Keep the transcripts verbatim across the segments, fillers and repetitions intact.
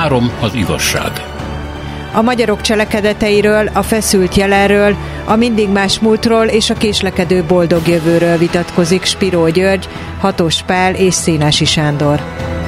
Három az igazság. A magyarok cselekedeteiről, a feszült jelenről, a mindig más múltról és a késlekedő boldog jövőről vitatkozik Spiró György, Hatos Pál és Szénási Sándor.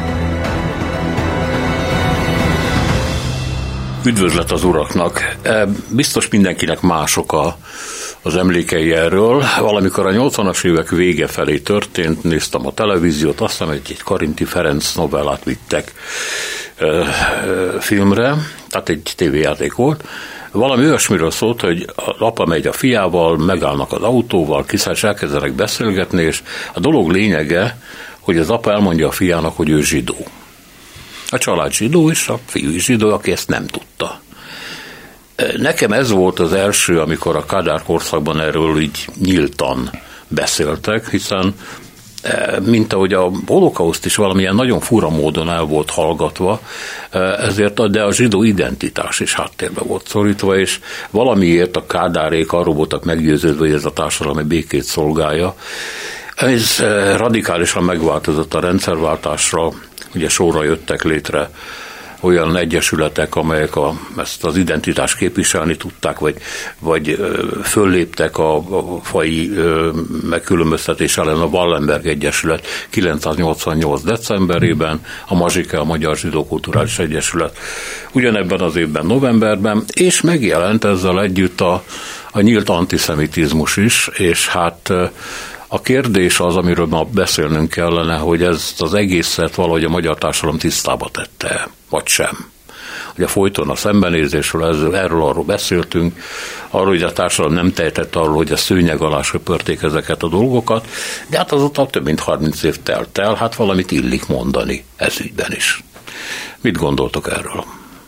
Üdvözlet az uraknak! Biztos mindenkinek mások a, az emlékei erről. Valamikor a nyolcvanas évek vége felé történt, néztem a televíziót, azt hiszem, egy Karinti Ferenc novellát vittek ö, ö, filmre, tehát egy tévéjáték volt. Valami olyasmiről szólt, hogy az apa megy a fiával, megállnak az autóval, kiszáll, elkezdenek beszélgetni, és a dolog lényege, hogy az apa elmondja a fiának, hogy ő zsidó. A család zsidó, és a fiú is zsidó, aki ezt nem tudta. Nekem ez volt az első, amikor a Kádár korszakban erről így nyíltan beszéltek, hiszen mint ahogy a holokauszt is valamilyen nagyon fura módon el volt hallgatva, ezért de a zsidó identitás is háttérbe volt szorítva, és valamiért a Kádárék arról voltak meggyőződve, hogy ez a társadalmi békét szolgálja. Ez radikálisan megváltozott a rendszerváltásra, ugye sorra jöttek létre olyan egyesületek, amelyek a, ezt az identitást képviselni tudták, vagy, vagy fölléptek a, a fai megkülönböztetés ellen. A Wallenberg Egyesület kilencszáznyolcvannyolc decemberében, a Mazsike, a Magyar Zsidó Kulturális Egyesület ugyanebben az évben novemberben, és megjelent ezzel együtt a, a nyílt antiszemitizmus is, és hát a kérdés az, amiről ma beszélnünk kellene, hogy ezt az egészet valahogy a magyar társadalom tisztába tette, vagy sem. Ugye folyton a szembenézésről, erről arról beszéltünk, arról, hogy a társadalom nem tehetett arról, hogy a szőnyeg alá söpörték ezeket a dolgokat, de hát azóta több mint harminc év telt el, hát valamit illik mondani ez ügyben is. Mit gondoltok erről?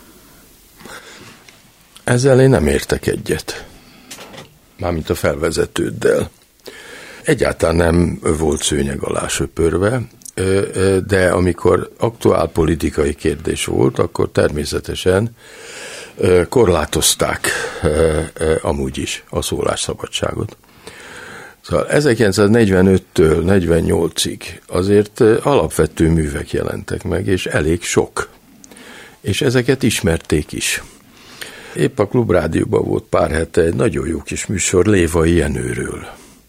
Ezzel én nem értek egyet. Mármint a felvezetőddel. Egyáltalán nem volt szőnyeg alá söpörve, de amikor aktuál politikai kérdés volt, akkor természetesen korlátozták amúgy is a szólásszabadságot. Szóval ezerkilencszáznegyvenöttől negyvennyolcig azért alapvető művek jelentek meg, és elég sok. És ezeket ismerték is. Épp a Klubrádióban volt pár hete egy nagyon jó kis műsor Lévai Jenőről.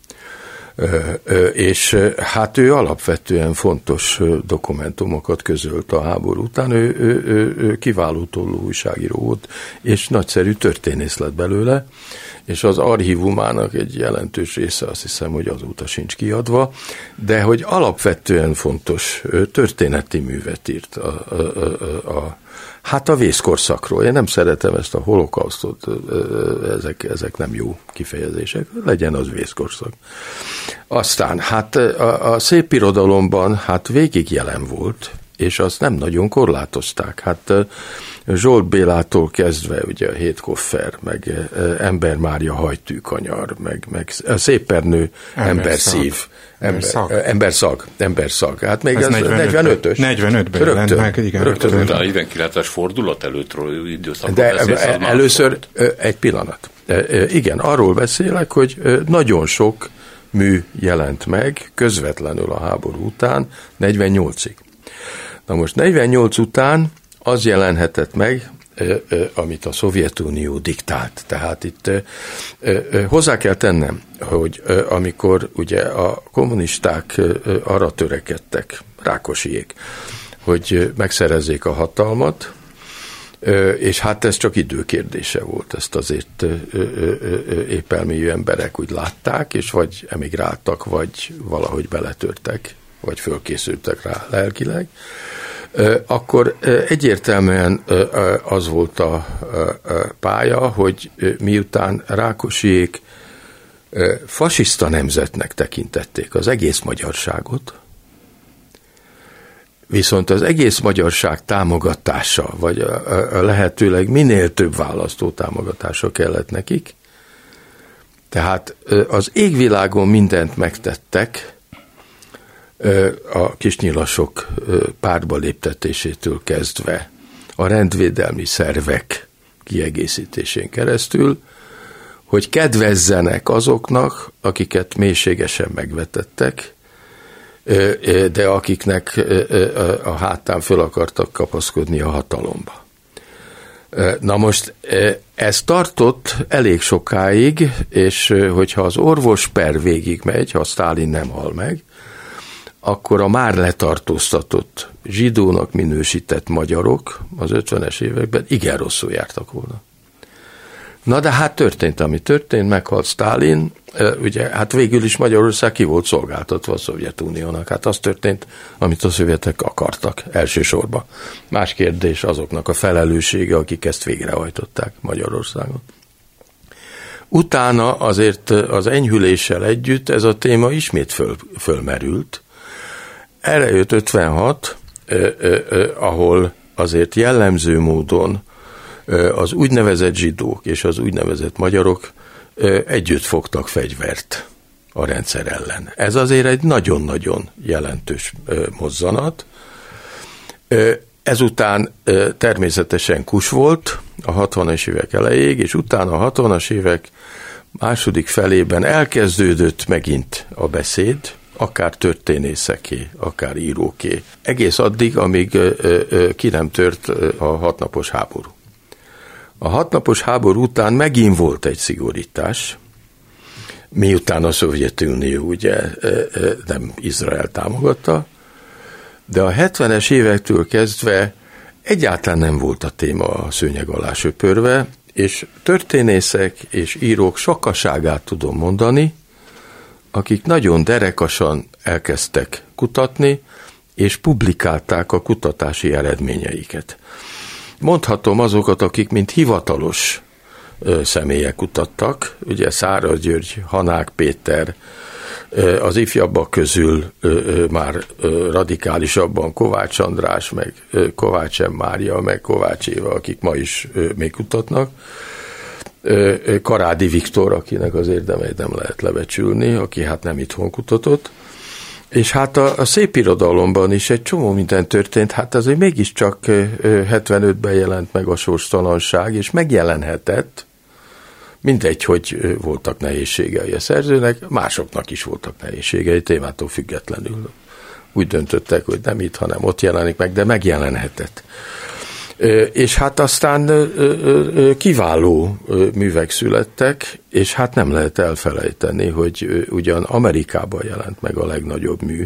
És hát ő alapvetően fontos dokumentumokat közölt a háború után, ő, ő, ő, ő kiváló tolló újságíró volt, és nagyszerű történész lett belőle, és az archívumának egy jelentős része azt hiszem, hogy azóta sincs kiadva, de hogy alapvetően fontos történeti művet írt a, a, a, a Hát a vészkorszakról. Én nem szeretem ezt a holokausztot, ezek, ezek nem jó kifejezések, legyen az vészkorszak. Aztán, hát a, a szép irodalomban hát végig jelen volt, és azt nem nagyon korlátozták. Hát Zsolt Bélától kezdve, ugye a Hétkoffer, meg Ember Mária hajtűkanyar, meg, meg Szépernő, Emberszív, Emberszag, emberszag, emberszag. Hát még ez, ez negyvenötös. negyvenötben rögtön, meg, igen. Rögtön. Rögtön. A negyvenkilences fordulat előttről időszakban de beszélsz, először egy pillanat. Igen, arról beszélek, hogy nagyon sok mű jelent meg közvetlenül a háború után, negyvennyolcig. Na most negyvennyolc után az jelenhetett meg, amit a Szovjetunió diktált. Tehát itt hozzá kell tennem, hogy amikor ugye a kommunisták arra törekedtek, Rákosiék, hogy megszerezzék a hatalmat, és hát ez csak időkérdése volt, ezt azért épp elmélyű emberek úgy látták, és vagy emigráltak, vagy valahogy beletörtek, vagy fölkészültek rá lelkileg, akkor egyértelműen az volt a pálya, hogy miután Rákosiék fasiszta nemzetnek tekintették az egész magyarságot, viszont az egész magyarság támogatása, vagy a lehetőleg minél több választó támogatása kellett nekik, tehát az égvilágon mindent megtettek, a kisnyilasok pártba léptetésétől kezdve a rendvédelmi szervek kiegészítésén keresztül, hogy kedvezzenek azoknak, akiket mélységesen megvetettek, de akiknek a hátán föl akartak kapaszkodni a hatalomba. Na most ez tartott elég sokáig, és hogyha az orvos per végig megy, ha Sztálin nem hal meg, akkor a már letartóztatott zsidónak minősített magyarok az ötvenes években igen rosszul jártak volna. Na de hát történt, ami történt, meghalt Sztálin, ugye hát végül is Magyarország ki volt szolgáltatva a Szovjetuniónak. Hát az történt, amit a szovjetek akartak elsősorban. Más kérdés azoknak a felelőssége, akik ezt végrehajtották Magyarországon. Utána azért az enyhüléssel együtt ez a téma ismét föl, fölmerült. Erre jött ötvenhat, eh, eh, eh, ahol azért jellemző módon az úgynevezett zsidók és az úgynevezett magyarok együtt fogtak fegyvert a rendszer ellen. Ez azért egy nagyon-nagyon jelentős mozzanat. Ezután természetesen Kus volt a hatvanas évek elejéig, és utána a hatvanas évek második felében elkezdődött megint a beszéd, akár történészeké, akár íróké. Egész addig, amíg ki nem tört a hatnapos háború. A hatnapos háború után megint volt egy szigorítás, miután a Szovjetunió ugye nem Izrael támogatta, de a hetvenes évektől kezdve egyáltalán nem volt a téma a szőnyeg alá söpörve, és történészek és írók sokaságát tudom mondani, akik nagyon derekasan elkezdtek kutatni, és publikálták a kutatási eredményeiket. Mondhatom azokat, akik mint hivatalos ö, személyek kutattak, ugye Száraz György, Hanák Péter, ö, az ifjabbak közül ö, ö, már ö, radikálisabban Kovács András, meg ö, Kovács M. Mária, meg Kovács Éva, akik ma is ö, még kutatnak, ö, ö, Karádi Viktor, akinek az érdemeit nem lehet lebecsülni, aki hát nem itthon kutatott, és hát a, a szép irodalomban is egy csomó minden történt, hát azért mégiscsak hetvenötben jelent meg a sorstalanság, és megjelenhetett, mindegy, hogy voltak nehézségei a szerzőnek, másoknak is voltak nehézségei, témától függetlenül. Úgy döntöttek, hogy nem itt, hanem ott jelenik meg, de megjelenhetett. És hát aztán kiváló művek születtek, és hát nem lehet elfelejteni, hogy ugyan Amerikában jelent meg a legnagyobb mű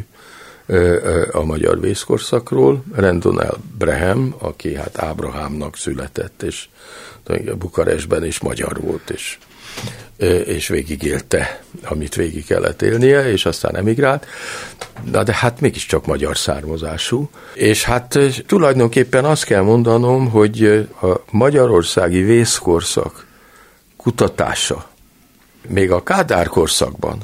a magyar vészkorszakról, Randall Brehem, aki hát Ábrahámnak született, és Bukarestben is magyar volt, és, és végigélte, amit végig kellett élnie, és aztán emigrált, de, de hát mégiscsak magyar származású. És hát tulajdonképpen azt kell mondanom, hogy a magyarországi vészkorszak kutatása még a Kádár korszakban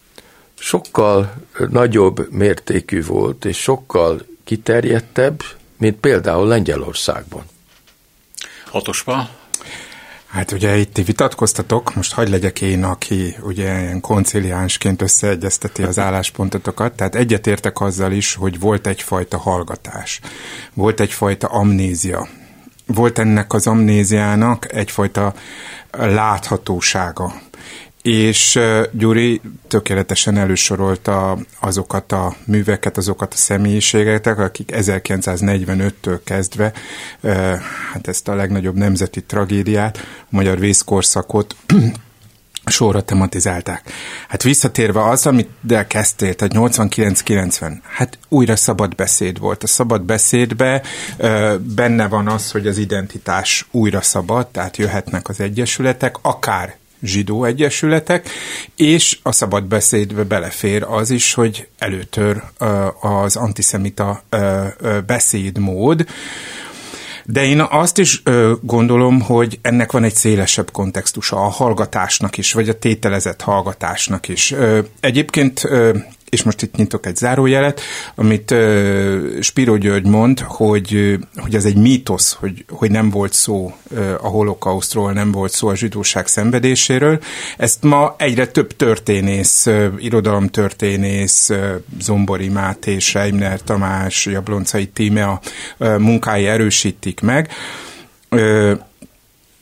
sokkal nagyobb mértékű volt, és sokkal kiterjedtebb, mint például Lengyelországban. Hatospa? Hát ugye itt vitatkoztatok, most hadd legyek én, aki ugye ilyen konciliánsként összeegyezteti az álláspontotokat, tehát egyetértek azzal is, hogy volt egyfajta hallgatás, volt egyfajta amnézia, volt ennek az amnéziának egyfajta láthatósága. És uh, Gyuri tökéletesen elősorolta azokat a műveket, azokat a személyiségeket, akik ezerkilencszáznegyvenöttől kezdve uh, hát ezt a legnagyobb nemzeti tragédiát, a magyar vészkorszakot sorra tematizálták. Hát visszatérve az, amit de kezdtél, tehát nyolcvankilenc kilencven, hát újra szabad beszéd volt. A szabad beszédbe uh, benne van az, hogy az identitás újra szabad, tehát jöhetnek az egyesületek, akár zsidó egyesületek, és a szabad beszédbe belefér az is, hogy előtör az antiszemita beszédmód. De én azt is gondolom, hogy ennek van egy szélesebb kontextusa a hallgatásnak is, vagy a tételezett hallgatásnak is. Egyébként, és most itt nyitok egy zárójelet, amit uh, Spiro György mond, hogy, uh, hogy ez egy mítosz, hogy, hogy nem volt szó uh, a holokausztról, nem volt szó a zsidóság szenvedéséről. Ezt ma egyre több történész, uh, irodalomtörténész, uh, Zombori Máté, Schreiner Tamás, Jabloncai Tímea uh, munkái erősítik meg. Uh,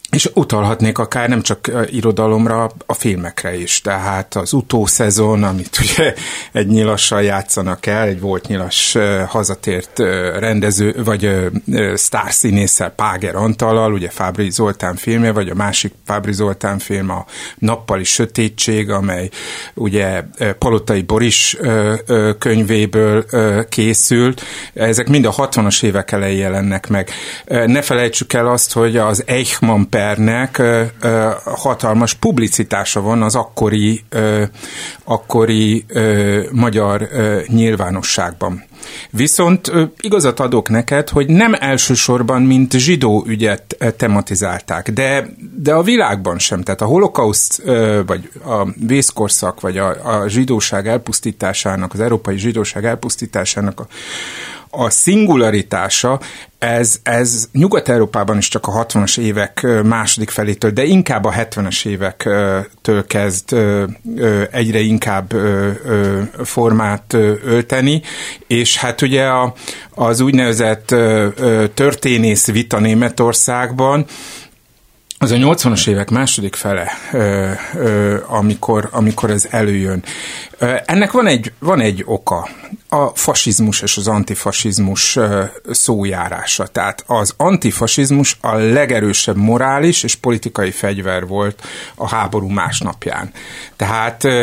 És utalhatnék akár nem csak irodalomra, a filmekre is. Tehát az utószezon, amit ugye egy nyilassal játszanak el, egy volt nyilas hazatért rendező, vagy sztárszínésszel, Páger Antallal, ugye Fábry Zoltán filmje, vagy a másik Fábry Zoltán film, a Nappali sötétség, amely ugye Palotai Boris könyvéből készült. Ezek mind a hatvanas évek elején jelennek meg. Ne felejtsük el azt, hogy az Eichmann pernek ö, ö, hatalmas publicitása van az akkori, ö, akkori ö, magyar ö, nyilvánosságban. Viszont ö, igazat adok neked, hogy nem elsősorban, mint zsidó ügyet ö, tematizálták, de, de a világban sem. Tehát a holokauszt, ö, vagy a vészkorszak, vagy a, a zsidóság elpusztításának, az európai zsidóság elpusztításának a A szingularitása, ez, ez Nyugat-Európában is csak a hatvanas évek második felétől, de inkább a hetvenes évektől kezd egyre inkább formát ölteni, és hát ugye a, az úgynevezett történész vita Németországban, az a nyolcvanas évek második fele, ö, ö, amikor, amikor ez előjön. Ö, ennek van egy, van egy oka, a fasizmus és az antifasizmus ö, szójárása. Tehát az antifasizmus a legerősebb morális és politikai fegyver volt a háború másnapján. Tehát ö,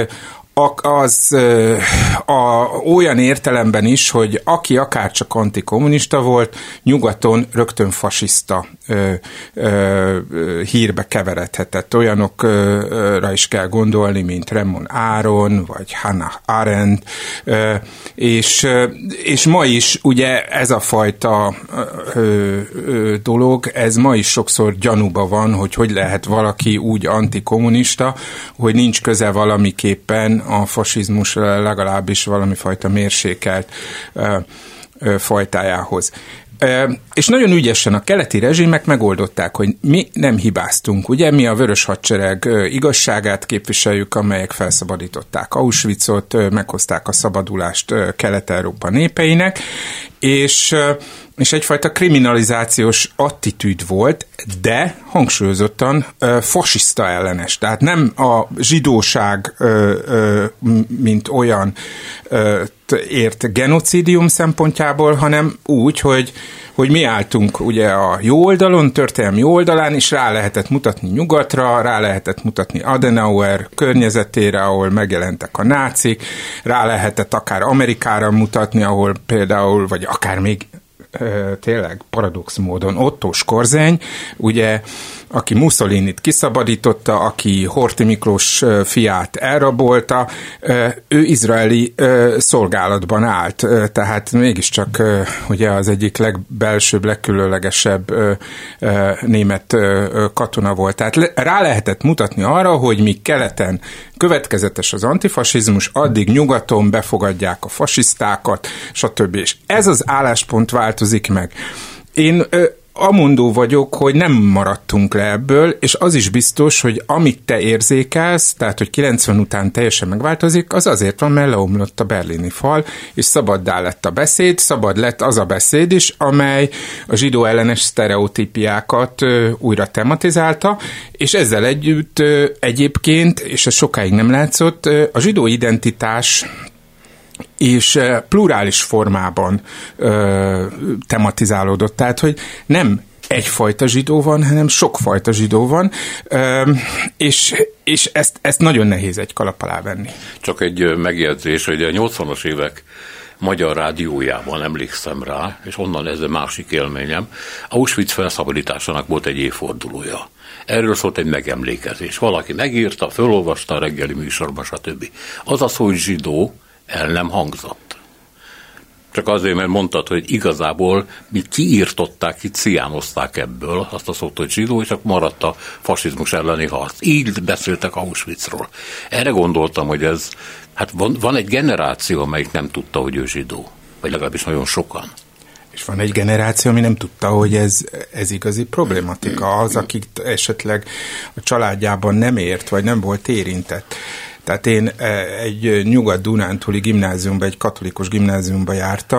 az a, olyan értelemben is, hogy aki akár csak antikommunista volt, nyugaton rögtön fasiszta ö, ö, hírbe keveredhetett. Olyanokra is kell gondolni, mint Ramon Aron, vagy Hannah Arendt, ö, és, és ma is ugye ez a fajta ö, ö, dolog, ez ma is sokszor gyanúba van, hogy hogy lehet valaki úgy antikommunista, hogy nincs köze valamiképpen a fasizmus legalábbis valami fajta mérsékelt ö, ö, fajtájához. Ö, és nagyon ügyesen a keleti rezsimek megoldották, hogy mi nem hibáztunk. Ugye mi a Vörös Hadsereg ö, igazságát képviseljük, amelyek felszabadították Auschwitzot, ö, meghozták a szabadulást ö, Kelet-Európa népeinek, és ö, és egyfajta kriminalizációs attitűd volt, de hangsúlyozottan ö, fasiszta ellenes. Tehát nem a zsidóság, ö, ö, mint olyan ö, ért genocidium szempontjából, hanem úgy, hogy, hogy mi álltunk ugye a jó oldalon, történelmi jó oldalán, és rá lehetett mutatni nyugatra, rá lehetett mutatni Adenauer környezetére, ahol megjelentek a nácik, rá lehetett akár Amerikára mutatni, ahol például, vagy akár még tényleg paradox módon Otto Skorzeny, ugye, aki Mussolinit kiszabadította, aki Horthy Miklós fiát elrabolta, ő izraeli szolgálatban állt, tehát mégiscsak ugye az egyik legbelsőbb, legkülönlegesebb német katona volt. Tehát rá lehetett mutatni arra, hogy míg keleten következetes az antifasizmus, addig nyugaton befogadják a fasisztákat, stb. És ez az álláspont változik meg. Én amondó vagyok, hogy nem maradtunk le ebből, és az is biztos, hogy amit te érzékelsz, tehát, hogy kilencven után teljesen megváltozik, az azért van, mert leomlott a berlini fal, és szabaddá lett a beszéd, szabad lett az a beszéd is, amely a zsidó ellenes sztereotípiákat ö, újra tematizálta, és ezzel együtt ö, egyébként, és ez sokáig nem látszott, ö, a zsidó identitás és plurális formában ö, tematizálódott. Tehát, hogy nem egyfajta zsidó van, hanem sokfajta zsidó van, ö, és, és ezt, ezt nagyon nehéz egy kalap alá venni. Csak egy megjegyzés, hogy a nyolcvanas évek magyar rádiójában emlékszem rá, és onnan ez a másik élményem, Auschwitz felszabadításának volt egy évfordulója. Erről szólt egy megemlékezés. Valaki megírta, fölolvasta a reggeli műsorba, stb. Az a szó, hogy zsidó, el nem hangzott. Csak azért, mert mondtad, hogy igazából mi kiírtották, ki ciánozták ebből azt a szót, hogy zsidó, és akkor maradt a fasizmus elleni harc. Így beszéltek Auschwitzról. Erre gondoltam, hogy ez, hát van, van egy generáció, amelyik nem tudta, hogy ő zsidó. Vagy legalábbis nagyon sokan. És van egy generáció, ami nem tudta, hogy ez, ez igazi problématika. Az, akik esetleg a családjában nem ért, vagy nem volt érintett. Tehát én egy Nyugat-Dunántúli gimnáziumba, egy katolikus gimnáziumba jártam,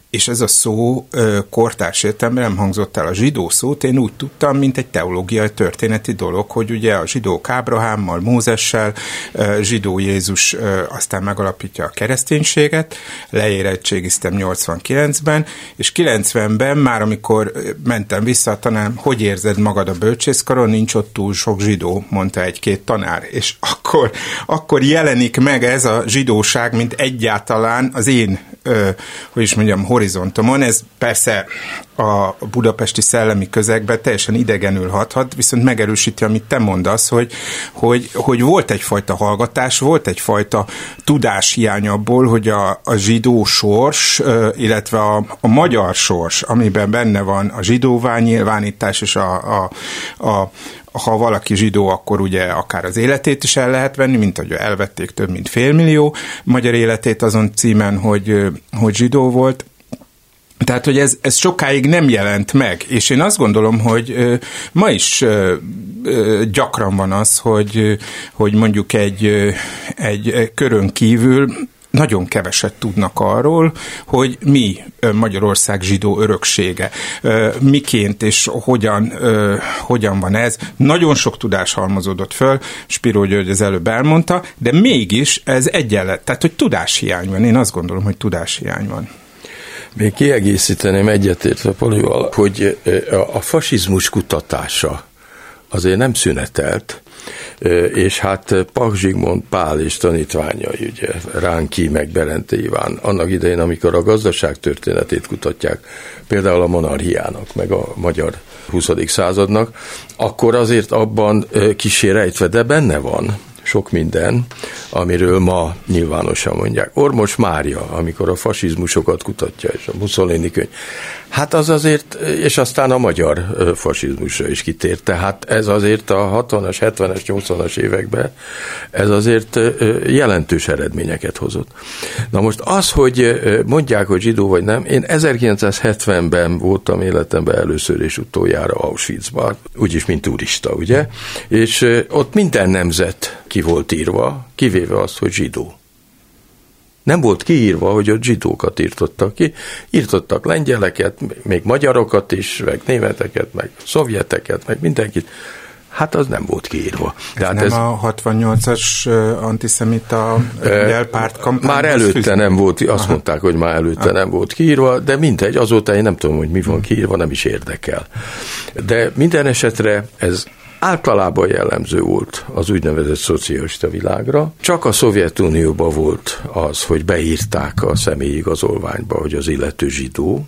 és ez a szó ö, kortárs értelemben nem hangzott el. A zsidó szót én úgy tudtam, mint egy teológiai történeti dolog, hogy ugye a zsidók Ábrahámmal, Mózessel, ö, zsidó Jézus ö, aztán megalapítja a kereszténységet, leérettségiztem nyolcvankilencben, és kilencvenben már amikor mentem vissza a tanár, hogy érzed magad a bölcsészkaron, nincs ott túl sok zsidó, mondta egy-két tanár, és akkor, akkor jelenik meg ez a zsidóság, mint egyáltalán az én, ö, hogy is mondjam, horizontomon. Ez persze a budapesti szellemi közegben teljesen idegenül hathat, viszont megerősíti, amit te mondasz, hogy, hogy, hogy volt egyfajta hallgatás, volt egyfajta tudáshiány abból, hogy a, a zsidó sors, illetve a, a magyar sors, amiben benne van a zsidóvá nyilvánítás, és a, a, a ha valaki zsidó, akkor ugye akár az életét is el lehet venni, mint ahogy elvették több mint félmillió magyar életét azon címen, hogy, hogy zsidó volt. Tehát, hogy ez, ez sokáig nem jelent meg, és én azt gondolom, hogy ö, ma is ö, ö, gyakran van az, hogy, hogy mondjuk egy, ö, egy körön kívül nagyon keveset tudnak arról, hogy mi Magyarország zsidó öröksége, miként és hogyan, hogyan van ez. Nagyon sok tudás halmozódott föl, Spiró György az előbb elmondta, de mégis ez egyenlet, tehát hogy tudáshiány van. Én azt gondolom, hogy tudáshiány van. Még kiegészíteném egyetértve Polival, hogy a fasizmus kutatása azért nem szünetelt, és hát Paks Zsigmond Pál és tanítványai, ugye Ránki meg Berente Iván, annak idején, amikor a gazdaság történetét kutatják, például a monarchiának, meg a magyar huszadik századnak, akkor azért abban kissé rejtve, de benne van sok minden, amiről ma nyilvánosan mondják. Ormos Mária, amikor a fasizmusokat kutatja, és a Mussolini könyv, hát az azért, és aztán a magyar fasizmusra is kitért, tehát ez azért a hatvanas, hetvenes, nyolcvanas években ez azért jelentős eredményeket hozott. Na most az, hogy mondják, hogy zsidó vagy nem, én ezerkilencszázhetvenben voltam életemben először és utoljára Auschwitzban, úgyis mint turista, ugye? És ott minden nemzet ki volt írva, kivéve azt, hogy zsidó. Nem volt kiírva, hogy ott zsidókat írtottak ki. Írtottak lengyeleket, még magyarokat is, meg németeket, meg szovjeteket, meg mindenkit. Hát az nem volt kiírva. Ez Tehát nem ez, a hatvannyolcas antiszemita lengyel pártkampány? Már előtte fűz... nem volt, azt Aha. mondták, hogy már előtte Aha. nem volt kiírva, de mindegy, azóta én nem tudom, hogy mi van kiírva, nem is érdekel. De minden esetre ez általában jellemző volt az úgynevezett szocialista világra. Csak a Szovjetunióban volt az, hogy beírták a személyigazolványba, hogy az illető zsidó,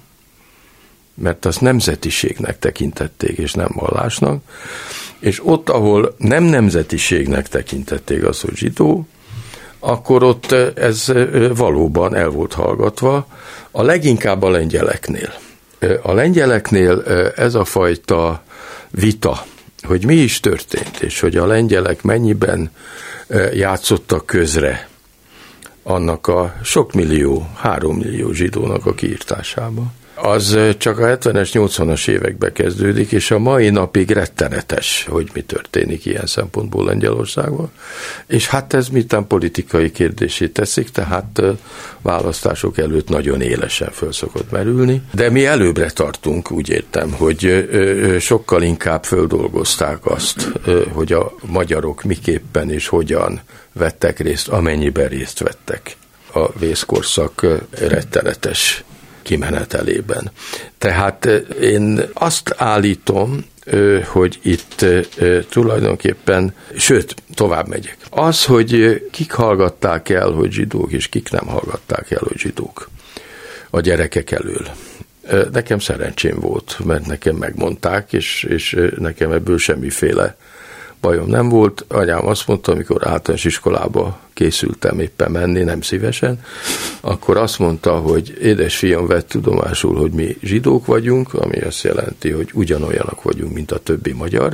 mert azt nemzetiségnek tekintették, és nem vallásnak. És ott, ahol nem nemzetiségnek tekintették azt, hogy zsidó, akkor ott ez valóban el volt hallgatva, a leginkább a lengyeleknél. A lengyeleknél ez a fajta vita, hogy mi is történt, és hogy a lengyelek mennyiben játszottak közre annak a sok millió, három millió zsidónak a kiírtásába. Az csak a hetvenes, nyolcvanas években kezdődik, és a mai napig rettenetes, hogy mi történik ilyen szempontból Lengyelországban. És hát ez mitán politikai kérdésé teszik, tehát választások előtt nagyon élesen föl szokott merülni. De mi előbbre tartunk, úgy értem, hogy sokkal inkább földolgozták azt, hogy a magyarok miképpen és hogyan vettek részt, amennyiben részt vettek a vészkorszak rettenetes kimenetelében. Tehát én azt állítom, hogy itt tulajdonképpen, sőt, tovább megyek. Az, hogy kik hallgatták el, hogy zsidók, és kik nem hallgatták el, hogy zsidók a gyerekek elől. Nekem szerencsém volt, mert nekem megmondták, és, és nekem ebből semmiféle bajom nem volt. Anyám azt mondta, amikor általános iskolába készültem éppen menni, nem szívesen, akkor azt mondta, hogy édes fiam, vett tudomásul, hogy mi zsidók vagyunk, ami azt jelenti, hogy ugyanolyanak vagyunk, mint a többi magyar,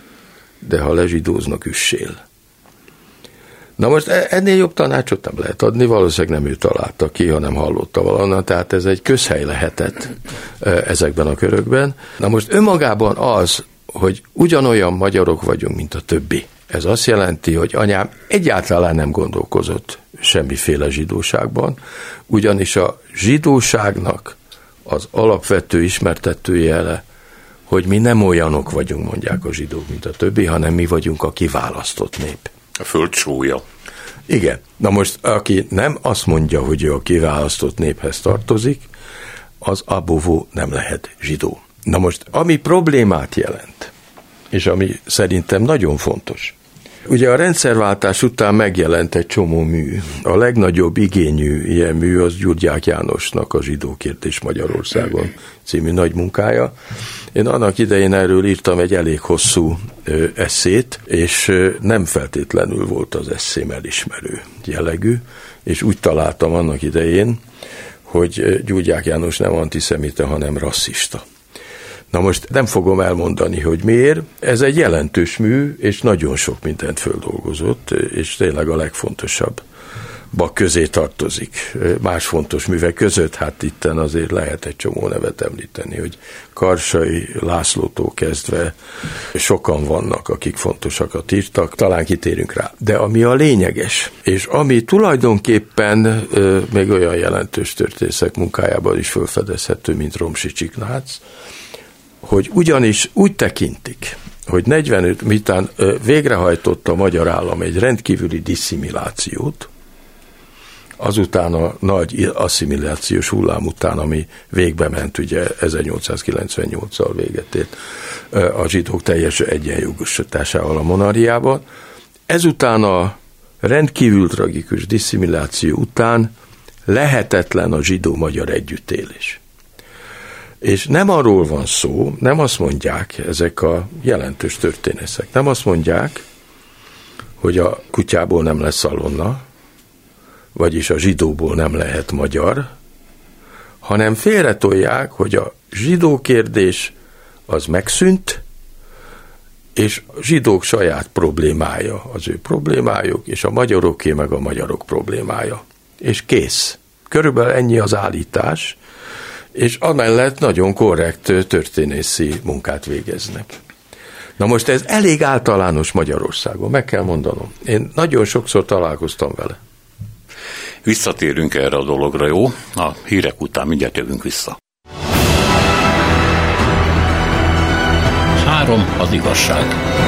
de ha lezsidóznak, üssél. Na most ennél jobb tanácsot nem lehet adni, valószínűleg nem ő találta ki, hanem hallotta valahonnan, tehát ez egy közhely lehetett ezekben a körökben. Na most önmagában az, hogy ugyanolyan magyarok vagyunk, mint a többi. Ez azt jelenti, hogy anyám egyáltalán nem gondolkozott semmiféle zsidóságban, ugyanis a zsidóságnak az alapvető ismertetőjele, hogy mi nem olyanok vagyunk, mondják a zsidók, mint a többi, hanem mi vagyunk a kiválasztott nép. A föld sója. Igen. Na most, aki nem azt mondja, hogy ő a kiválasztott néphez tartozik, az abovó nem lehet zsidó. Na most, ami problémát jelent, és ami szerintem nagyon fontos, ugye a rendszerváltás után megjelent egy csomó mű. A legnagyobb igényű ilyen mű az Gyurgyák Jánosnak a Zsidó kérdés Magyarországon című nagy munkája. Én annak idején erről írtam egy elég hosszú ö, esszét, és ö, nem feltétlenül volt az esszém elismerő jellegű, és úgy találtam annak idején, hogy Gyurgyák János nem antiszemita, hanem rasszista. Na most nem fogom elmondani, hogy miért. Ez egy jelentős mű, és nagyon sok mindent földolgozott, és tényleg a legfontosabb bak közé tartozik. Más fontos művek között, hát itten azért lehet egy csomó nevet említeni, hogy Karsai Lászlótól kezdve sokan vannak, akik fontosakat írtak, talán kitérünk rá. De ami a lényeges, és ami tulajdonképpen euh, még olyan jelentős történészek munkájában is felfedezhető, mint Romsi Csiknác, hogy ugyanis úgy tekintik, hogy negyvenöt után végrehajtott a magyar állam egy rendkívüli disszimilációt, azután a nagy asszimilációs hullám után, ami végbe ment, ugye ezernyolcszázkilencvennyolccal véget ért a zsidók teljes egyenjogosításával a monarchiában. Ezután a rendkívül tragikus disszimiláció után lehetetlen a zsidó-magyar együttélés. És nem arról van szó, nem azt mondják ezek a jelentős történészek, nem azt mondják, hogy a kutyából nem lesz szalonna, vagyis a zsidóból nem lehet magyar, hanem félretolják, hogy a zsidó kérdés az megszűnt, és a zsidók saját problémája az ő problémájuk, és a magyaroké meg a magyarok problémája. És kész. Körülbelül ennyi az állítás, és amellett nagyon korrekt történészi munkát végeznek. Na most ez elég általános Magyarországon, meg kell mondanom. Én nagyon sokszor találkoztam vele. Visszatérünk erre a dologra, jó? A hírek után mindjárt jövünk vissza. Három az igazság.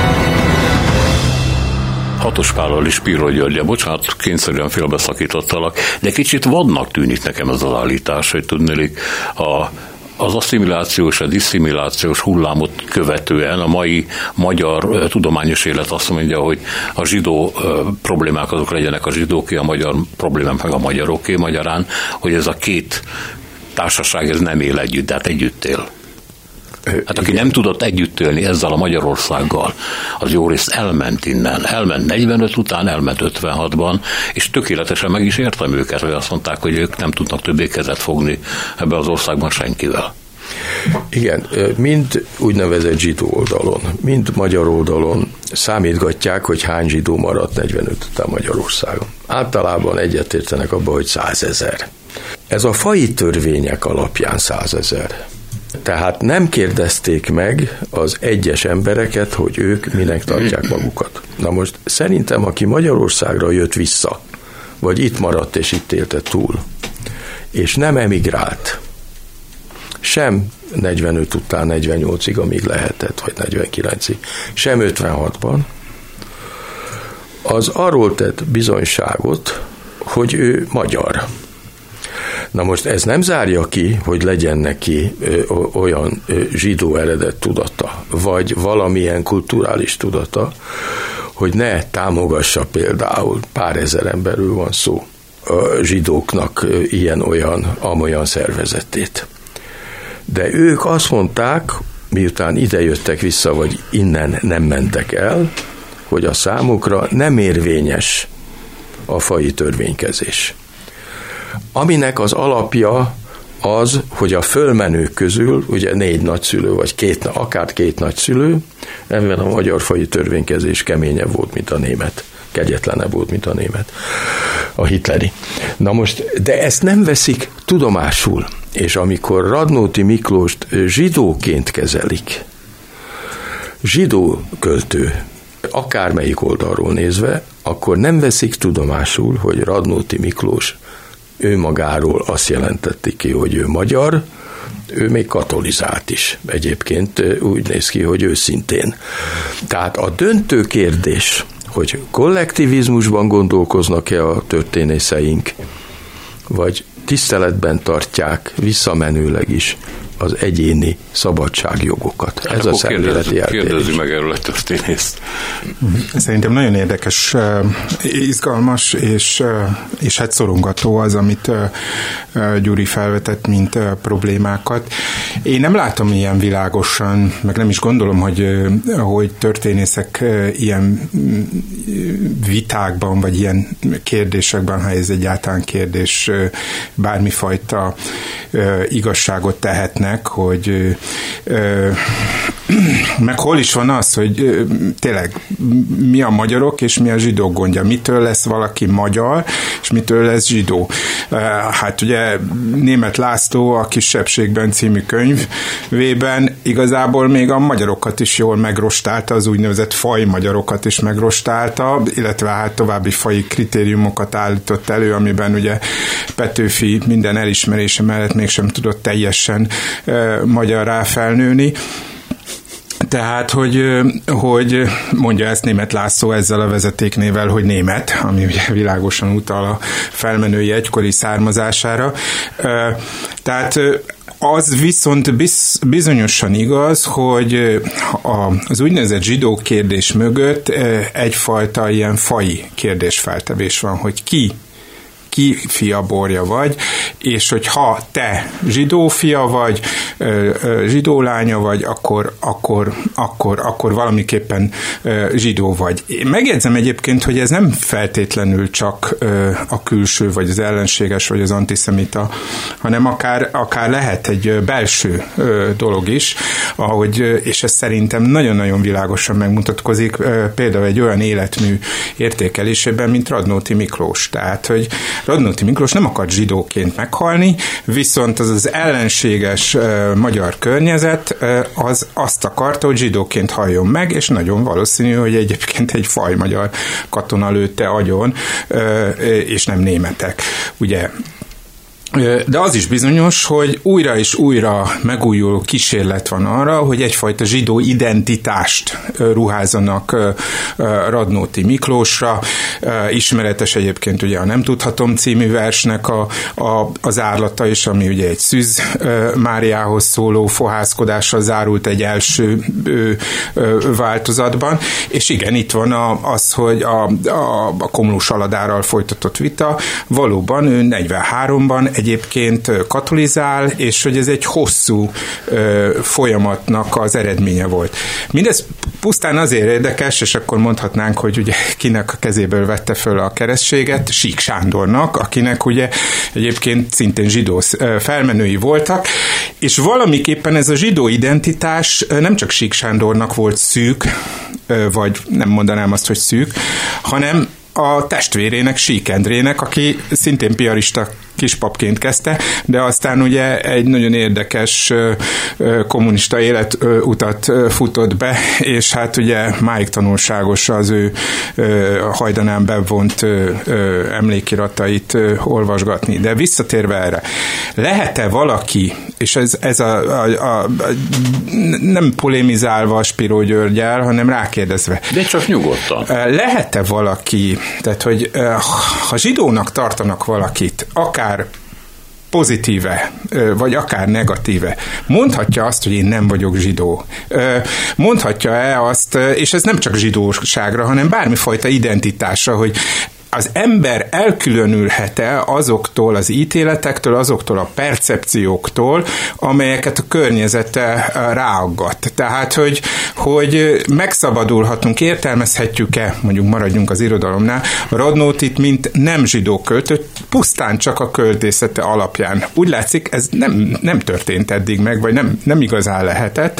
Hatos Pállal és Spiro Györgyel, bocsánat, kényszerűen félbeszakítottalak, de kicsit vadnak tűnik nekem ez az állítás, hogy tudnélik, a, az asszimilációs, a disszimilációs hullámot követően a mai magyar tudományos élet azt mondja, hogy a zsidó problémák azok legyenek a zsidóké, a magyar problémák meg a magyaroké, magyarán, hogy ez a két társaság ez nem él együtt, de hát együtt él. Hát aki nem tudott együtt élni ezzel a Magyarországgal, az jó részt elment innen. Elment negyvenöt után, elment ötvenhatban, és tökéletesen meg is értem őket, hogy azt mondták, hogy ők nem tudnak többé kezet fogni ebbe az országban senkivel. Igen, mind úgynevezett zsidó oldalon, mind magyar oldalon számítgatják, hogy hány zsidó maradt negyvenöt után Magyarországon. Általában egyetértenek abban, hogy százezer. Ez a faji törvények alapján százezer. Tehát nem kérdezték meg az egyes embereket, hogy ők minek tartják magukat. Na most szerintem, aki Magyarországra jött vissza, vagy itt maradt és itt élte túl, és nem emigrált, sem negyvenöt után negyvennyolcig, amíg lehetett, vagy negyvenkilencig, sem ötvenhatban, az arról tett bizonyságot, hogy ő magyar. Na most ez nem zárja ki, hogy legyen neki ö, olyan ö, zsidó eredet tudata, vagy valamilyen kulturális tudata, hogy ne támogassa például, pár ezer emberről van szó, a zsidóknak ö, ilyen-olyan, amolyan szervezetét. De ők azt mondták, miután ide jöttek vissza, vagy innen nem mentek el, hogy a számukra nem érvényes a faji törvénykezés. Aminek az alapja az, hogy a fölmenők közül, ugye négy nagyszülő, vagy két, akár két nagyszülő, ebben a magyar faji törvénykezés keményebb volt, mint a német. Kegyetlenebb volt, mint a német. A hitleri. Na most, de ezt nem veszik tudomásul, és amikor Radnóti Miklóst zsidóként kezelik, zsidó költő, akármelyik oldalról nézve, akkor nem veszik tudomásul, hogy Radnóti Miklós ő magáról azt jelentetti ki, hogy ő magyar, ő még katolizált is egyébként, úgy néz ki, hogy őszintén. Tehát a döntő kérdés, hogy kollektivizmusban gondolkoznak-e a történészeink, vagy tiszteletben tartják visszamenőleg is az egyéni szabadságjogokat. Hát ez a szemléleti eltérés. Kérdezzük meg erről a történészt. Szerintem nagyon érdekes, izgalmas, és, és hát szorongató az, amit Gyuri felvetett, mint problémákat. Én nem látom ilyen világosan, meg nem is gondolom, hogy, hogy történészek ilyen vitákban, vagy ilyen kérdésekben, ha ez egyáltalán kérdés, bármifajta igazságot tehetnek, hogy ö, meg hol is van az, hogy ö, tényleg mi a magyarok és mi a zsidók gondja. Mitől lesz valaki magyar, és mitől lesz zsidó. Hát ugye Németh László a Kisebbségben című könyvében igazából még a magyarokat is jól megrostálta, az úgynevezett faj magyarokat is megrostálta, illetve hát további faji kritériumokat állított elő, amiben ugye Petőfi minden elismerése mellett mégsem tudott teljesen magyarrá felnőni. Tehát, hogy, hogy mondja ezt Németh László ezzel a vezetéknével, hogy német, ami ugye világosan utal a felmenői egykori származására. Tehát az viszont bizonyosan igaz, hogy az úgynevezett zsidó kérdés mögött egyfajta ilyen faji kérdésfeltevés van, hogy ki ki fia borja vagy, és hogy ha te zsidó fia vagy, zsidó lánya vagy, akkor, akkor, akkor, akkor valamiképpen zsidó vagy. Én megjegyzem egyébként, hogy ez nem feltétlenül csak a külső, vagy az ellenséges, vagy az antiszemita, hanem akár, akár lehet egy belső dolog is, ahogy, és ez szerintem nagyon-nagyon világosan megmutatkozik, például egy olyan életmű értékelésében, mint Radnóti Miklós. Tehát, hogy Radnóti Miklós nem akart zsidóként meghalni, viszont az az ellenséges uh, magyar környezet uh, az azt akarta, hogy zsidóként halljon meg, és nagyon valószínű, hogy egyébként egy faj magyar katona lőtte agyon, uh, és nem németek. Ugye? De az is bizonyos, hogy újra és újra megújuló kísérlet van arra, hogy egyfajta zsidó identitást ruházzanak Radnóti Miklósra. Ismeretes egyébként ugye a Nem tudhatom című versnek a, a, az árlata is, ami ugye egy Szűz Máriához szóló fohászkodással zárult egy első ö, ö, változatban. És igen, itt van a, az, hogy a, a, a Komlós Aladárral folytatott vita, valóban ő negyvenháromban egyébként katolizál, és hogy ez egy hosszú ö, folyamatnak az eredménye volt. Mindez pusztán azért érdekes, és akkor mondhatnánk, hogy ugye kinek a kezéből vette föl a keresztséget, Sík Sándornak, akinek ugye egyébként szintén zsidó felmenői voltak, és valamiképpen ez a zsidó identitás nem csak Sík Sándornak volt szűk, vagy nem mondanám azt, hogy szűk, hanem a testvérének, Sík Endrének, aki szintén piarista kispapként kezdte, de aztán ugye egy nagyon érdekes kommunista életutat futott be, és hát ugye máig tanulságos az ő hajdanán bevont emlékiratait olvasgatni. De visszatérve erre, lehet-e valaki, és ez, ez a, a, a, nem polémizálva a Spiró Györgyel, hanem rákérdezve. De csak nyugodtan. Lehet-e valaki, tehát hogy ha zsidónak tartanak valakit, akár pozitíve, vagy akár negatíve, mondhatja azt, hogy én nem vagyok zsidó. Mondhatja-e azt, és ez nem csak zsidóságra, hanem bármifajta identitásra, hogy az ember elkülönülhet-e azoktól az ítéletektől, azoktól a percepcióktól, amelyeket a környezete ráaggat. Tehát, hogy, hogy megszabadulhatunk, értelmezhetjük-e, mondjuk maradjunk az irodalomnál, Radnótit, mint nem zsidó költőt, pusztán csak a költészete alapján. Úgy látszik, ez nem, nem történt eddig meg, vagy nem, nem igazán lehetett,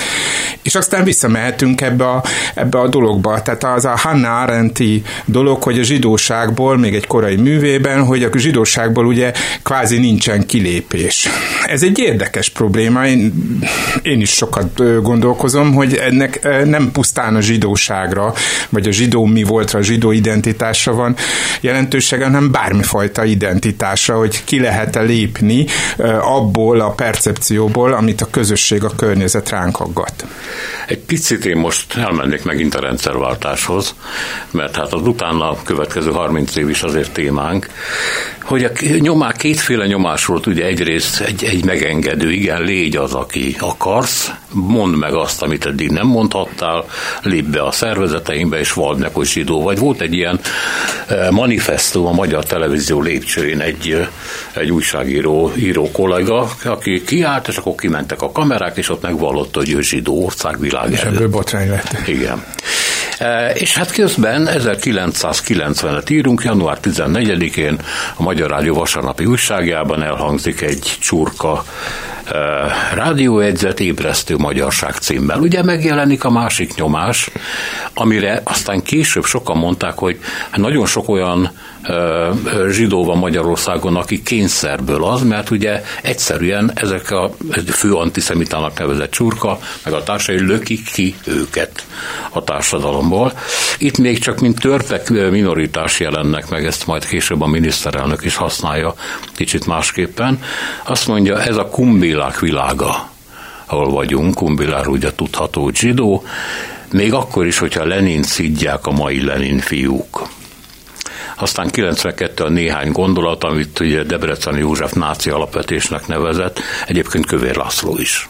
És aztán visszamehetünk ebbe a, ebbe a dologba. Tehát az a Hannah Arendti dolog, hogy a zsidóságból, még egy korai művében, hogy a zsidóságból ugye kvázi nincsen kilépés. Ez egy érdekes probléma. Én, én is sokat gondolkozom, hogy ennek nem pusztán a zsidóságra, vagy a zsidó mi voltra, a zsidó identitásra van jelentősége, hanem bármifajta identitásra, hogy ki lehet-e lépni abból a percepcióból, amit a közösség, a környezet ránk aggat. Egy picit én most elmennék megint a rendszerváltáshoz, mert hát az utána következő harminc év is azért témánk, hogy a nyomás, kétféle nyomás volt, ugye egyrészt egy, egy megengedő, igen, légy az, aki akarsz, mondd meg azt, amit eddig nem mondhattál, lépj be a szervezeteimbe, és vald meg, hogy zsidó vagy. Volt egy ilyen manifesztum a Magyar Televízió lépcsőjén, egy, egy újságíró író kollega, aki kiállt, és akkor kimentek a kamerák, és ott megvallotta, hogy ő zsidó, országvilág. És ebből botrány lett. Igen. E, és hát közben ezerkilencszázkilencvenet írunk, január tizennegyedikén a Magyar Rádió vasárnapi újságjában elhangzik egy csurka e, rádiójegyzet, Ébresztő magyarság címmel. Ugye megjelenik a másik nyomás, amire aztán később sokan mondták, hogy nagyon sok olyan zsidó van Magyarországon, aki kényszerből az, mert ugye egyszerűen ezek a fő antiszemitának nevezett csurka, meg a társai lökik ki őket a társadalomból. Itt még csak mint törpek minoritás jelennek meg, ezt majd később a miniszterelnök is használja kicsit másképpen. Azt mondja, ez a kumbilák világa, ahol vagyunk, kumbilár ugye tudható zsidó, még akkor is, hogyha Lenint szidják a mai Lenin fiúk. Aztán kilencvenkettő a néhány gondolat, amit ugye Debreceni József náci alapvetésnek nevezett, egyébként Kövér László is.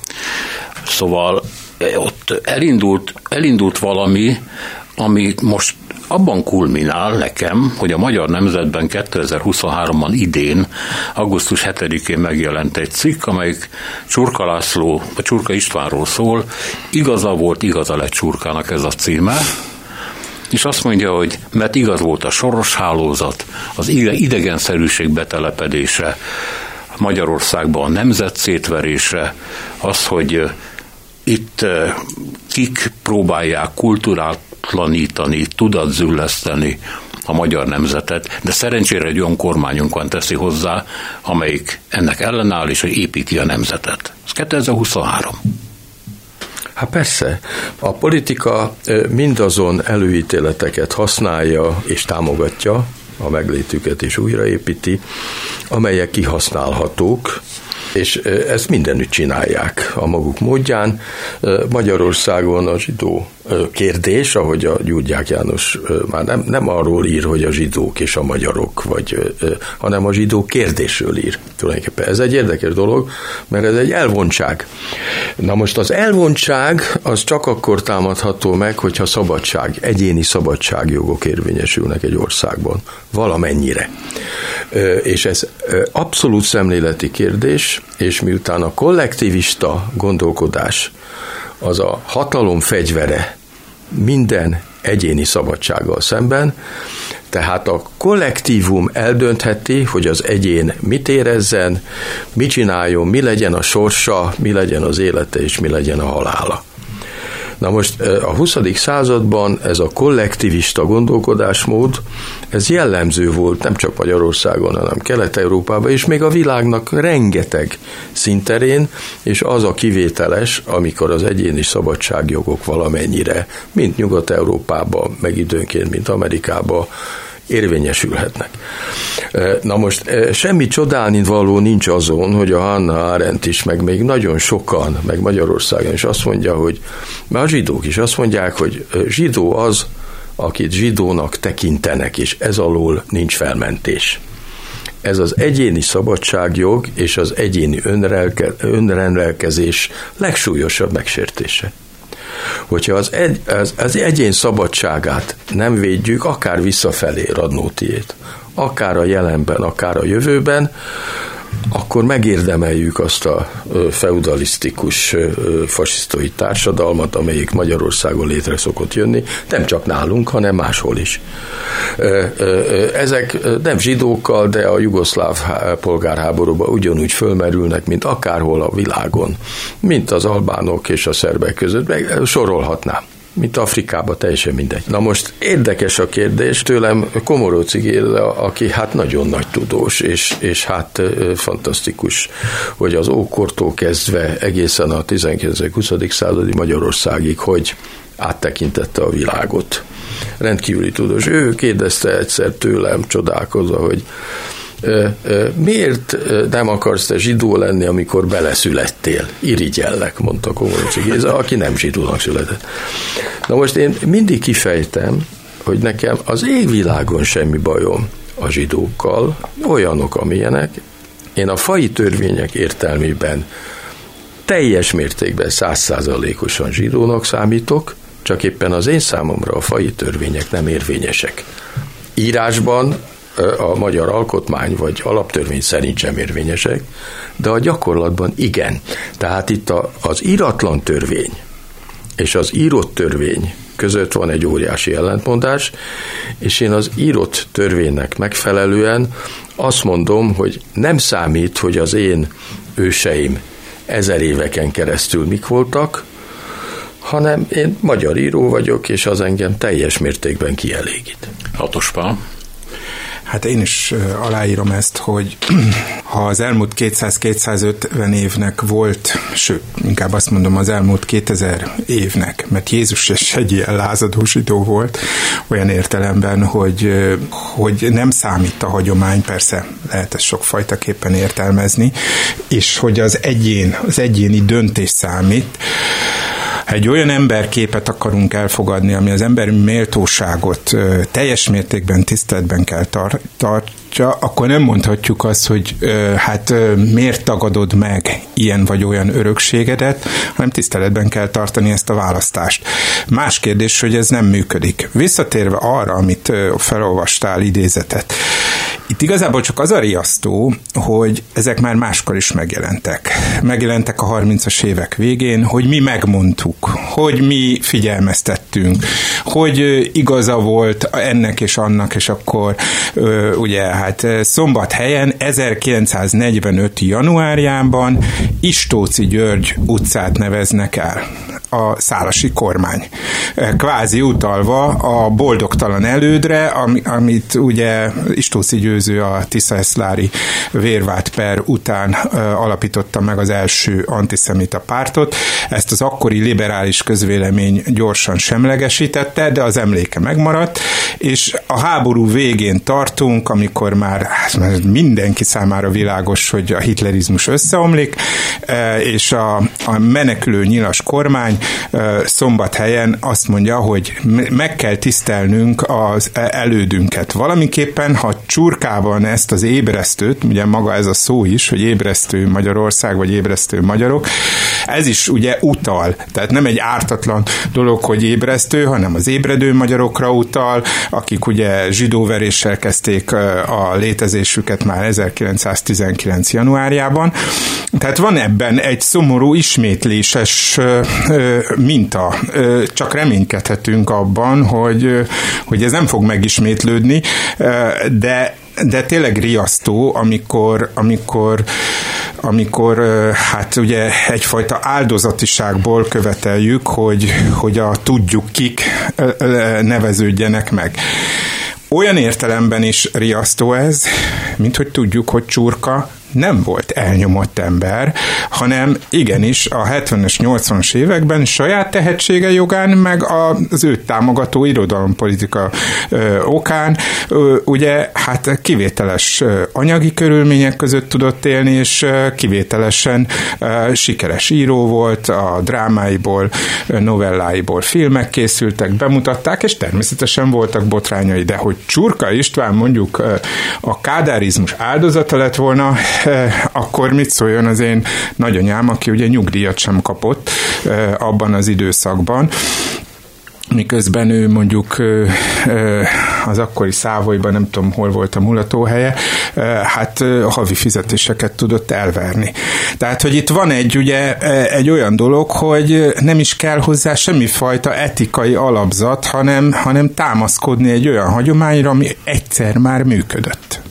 Szóval ott elindult, elindult valami, ami most abban kulminál nekem, hogy a Magyar Nemzetben kétezer-huszonháromban idén, augusztus hetedikén megjelent egy cikk, amelyik Csurka László, vagy Csurka Istvánról szól, igaza volt, igaza lett Csurkának ez a címe, és azt mondja, hogy mert igaz volt a Soros hálózat, az idegenszerűség betelepedése, Magyarországban a nemzet szétverése, az, hogy itt kik próbálják kulturátlanítani, tudatzülleszteni a magyar nemzetet, de szerencsére egy olyan kormányunk van, teszi hozzá, amelyik ennek ellenáll, és hogy építi a nemzetet. Ez kétezer-huszonhárom. Hát persze, a politika mindazon előítéleteket használja és támogatja, a meglétüket is újraépíti, amelyek kihasználhatók, és ezt mindenütt csinálják a maguk módján. Magyarországon a zsidó kérdés, ahogy a Gyurgyák János már nem, nem arról ír, hogy a zsidók és a magyarok, vagy, hanem a zsidó kérdésről ír. Tulajdonképpen ez egy érdekes dolog, mert ez egy elvontság. Na most az elvontság az csak akkor támadható meg, hogyha szabadság, egyéni szabadságjogok érvényesülnek egy országban. Valamennyire. És ez abszolút szemléleti kérdés, és miután a kollektivista gondolkodás az a hatalom fegyvere minden egyéni szabadsággal szemben, tehát a kollektívum eldöntheti, hogy az egyén mit érezzen, mit csináljon, mi legyen a sorsa, mi legyen az élete és mi legyen a halála. Na most a huszadik században ez a kollektivista gondolkodásmód, ez jellemző volt nem csak Magyarországon, hanem Kelet-Európában, és még a világnak rengeteg szinterén, és az a kivételes, amikor az egyéni szabadságjogok valamennyire, mint Nyugat-Európában, meg időnként, mint Amerikában, érvényesülhetnek. Na most semmi csodálni való nincs azon, hogy a Hannah Arendt is, meg még nagyon sokan, meg Magyarországon is azt mondja, hogy mert a zsidók is azt mondják, hogy zsidó az, akit zsidónak tekintenek, és ez alól nincs felmentés. Ez az egyéni szabadságjog és az egyéni önrelke, önrendelkezés legsúlyosabb megsértése. Hogyha az, egy, az, az egyén szabadságát nem védjük, akár visszafelé Radnótiét, akár a jelenben, akár a jövőben, akkor megérdemeljük azt a feudalisztikus fasisztai társadalmat, amelyik Magyarországon létre szokott jönni, nem csak nálunk, hanem máshol is. Ezek nem zsidókkal, de a jugoszláv polgárháborúban ugyanúgy fölmerülnek, mint akárhol a világon, mint az albánok és a szerbek között, meg sorolhatnám. Mint Afrikában, teljesen mindegy. Na most érdekes a kérdés, tőlem Komorowski Géza, aki hát nagyon nagy tudós, és, és hát fantasztikus, hogy az ókortól kezdve egészen a tizenkilencedik-huszadik századi Magyarországig, hogy áttekintette a világot. Rendkívüli tudós. Ő kérdezte egyszer tőlem, csodálkozva, hogy miért nem akarsz te zsidó lenni, amikor beleszülettél? Irigyellek, mondta Komorowski Géza, aki nem zsidónak született. Na most én mindig kifejtem, hogy nekem az égvilágon semmi bajom a zsidókkal, olyanok, amilyenek. Én a faji törvények értelmében teljes mértékben százszázalékosan zsidónak számítok, csak éppen az én számomra a faji törvények nem érvényesek. Írásban a magyar alkotmány vagy alaptörvény szerint sem érvényesek, de a gyakorlatban igen. Tehát itt a, az íratlan törvény és az írott törvény között van egy óriási ellentmondás, és én az írott törvénynek megfelelően azt mondom, hogy nem számít, hogy az én őseim ezer éveken keresztül mik voltak, hanem én magyar író vagyok, és az engem teljes mértékben kielégít. Hatos Pál. Hát én is aláírom ezt, hogy ha az elmúlt kétszáz-kétszázötven évnek volt, sőt, inkább azt mondom az elmúlt kétezer évnek, mert Jézus is egy ilyen lázadó zsidó volt, olyan értelemben, hogy, hogy nem számít a hagyomány, persze lehet ezt sokfajtaképpen értelmezni, és hogy az egyén, az egyéni döntés számít. Egy olyan emberképet akarunk elfogadni, ami az emberi méltóságot teljes mértékben tiszteletben kell tar- tartja, akkor nem mondhatjuk azt, hogy hát miért tagadod meg ilyen vagy olyan örökségedet, hanem tiszteletben kell tartani ezt a választást. Más kérdés, hogy ez nem működik. Visszatérve arra, amit felolvastál idézetet, itt igazából csak az a riasztó, hogy ezek már máskor is megjelentek. Megjelentek a harmincas évek végén, hogy mi megmondtuk, hogy mi figyelmeztettünk, hogy igaza volt ennek és annak, és akkor ugye hát Szombathelyen ezerkilencszáznegyvenöt januárjában Istóczy György utcát neveznek el a szálasi kormány. Kvázi utalva a boldogtalan elődre, amit ugye Istóczy Győző a Tisza-Eszlári vérvált per után alapította meg az első antiszemita pártot. Ezt az akkori liberális közvélemény gyorsan semlegesítette, de az emléke megmaradt, és a háború végén tartunk, amikor már, hát mindenki számára világos, hogy a hitlerizmus összeomlik, és a, a menekülő nyilas kormány Szombathelyen azt mondja, hogy meg kell tisztelnünk az elődünket. Valamiképpen, ha csurkában ezt az ébresztőt, ugye maga ez a szó is, hogy ébresztő Magyarország, vagy ébresztő magyarok, ez is ugye utal. Tehát nem egy ártatlan dolog, hogy ébresztő, hanem az ébredő magyarokra utal, akik ugye zsidóveréssel kezdték a létezésüket már ezerkilencszáztizenkilenc januárjában. Tehát van ebben egy szomorú ismétléses minta. Csak reménykedhetünk abban, hogy, hogy ez nem fog megismétlődni, de de tényleg riasztó, amikor, amikor, amikor hát ugye egyfajta áldozatiságból követeljük, hogy, hogy a tudjuk kik neveződjenek meg. Olyan értelemben is riasztó ez, mint hogy tudjuk, hogy Csurka nem volt elnyomott ember, hanem igenis a hetvenes, nyolcvanas években saját tehetsége jogán, meg az őt támogató irodalompolitika ö, okán ö, ugye hát kivételes ö, anyagi körülmények között tudott élni, és ö, kivételesen ö, sikeres író volt, a drámáiból, ö, novelláiból filmek készültek, bemutatták, és természetesen voltak botrányai, de hogy Csurka István mondjuk ö, a kádárizmus áldozata lett volna, akkor mit szóljon az én nagyanyám, aki ugye nyugdíjat sem kapott abban az időszakban, miközben ő mondjuk az akkori Szávolyban, nem tudom, hol volt a mulatóhelye, hát havi fizetéseket tudott elverni. Tehát, hogy itt van egy, ugye, egy olyan dolog, hogy nem is kell hozzá semmifajta etikai alapzat, hanem, hanem támaszkodni egy olyan hagyományra, ami egyszer már működött.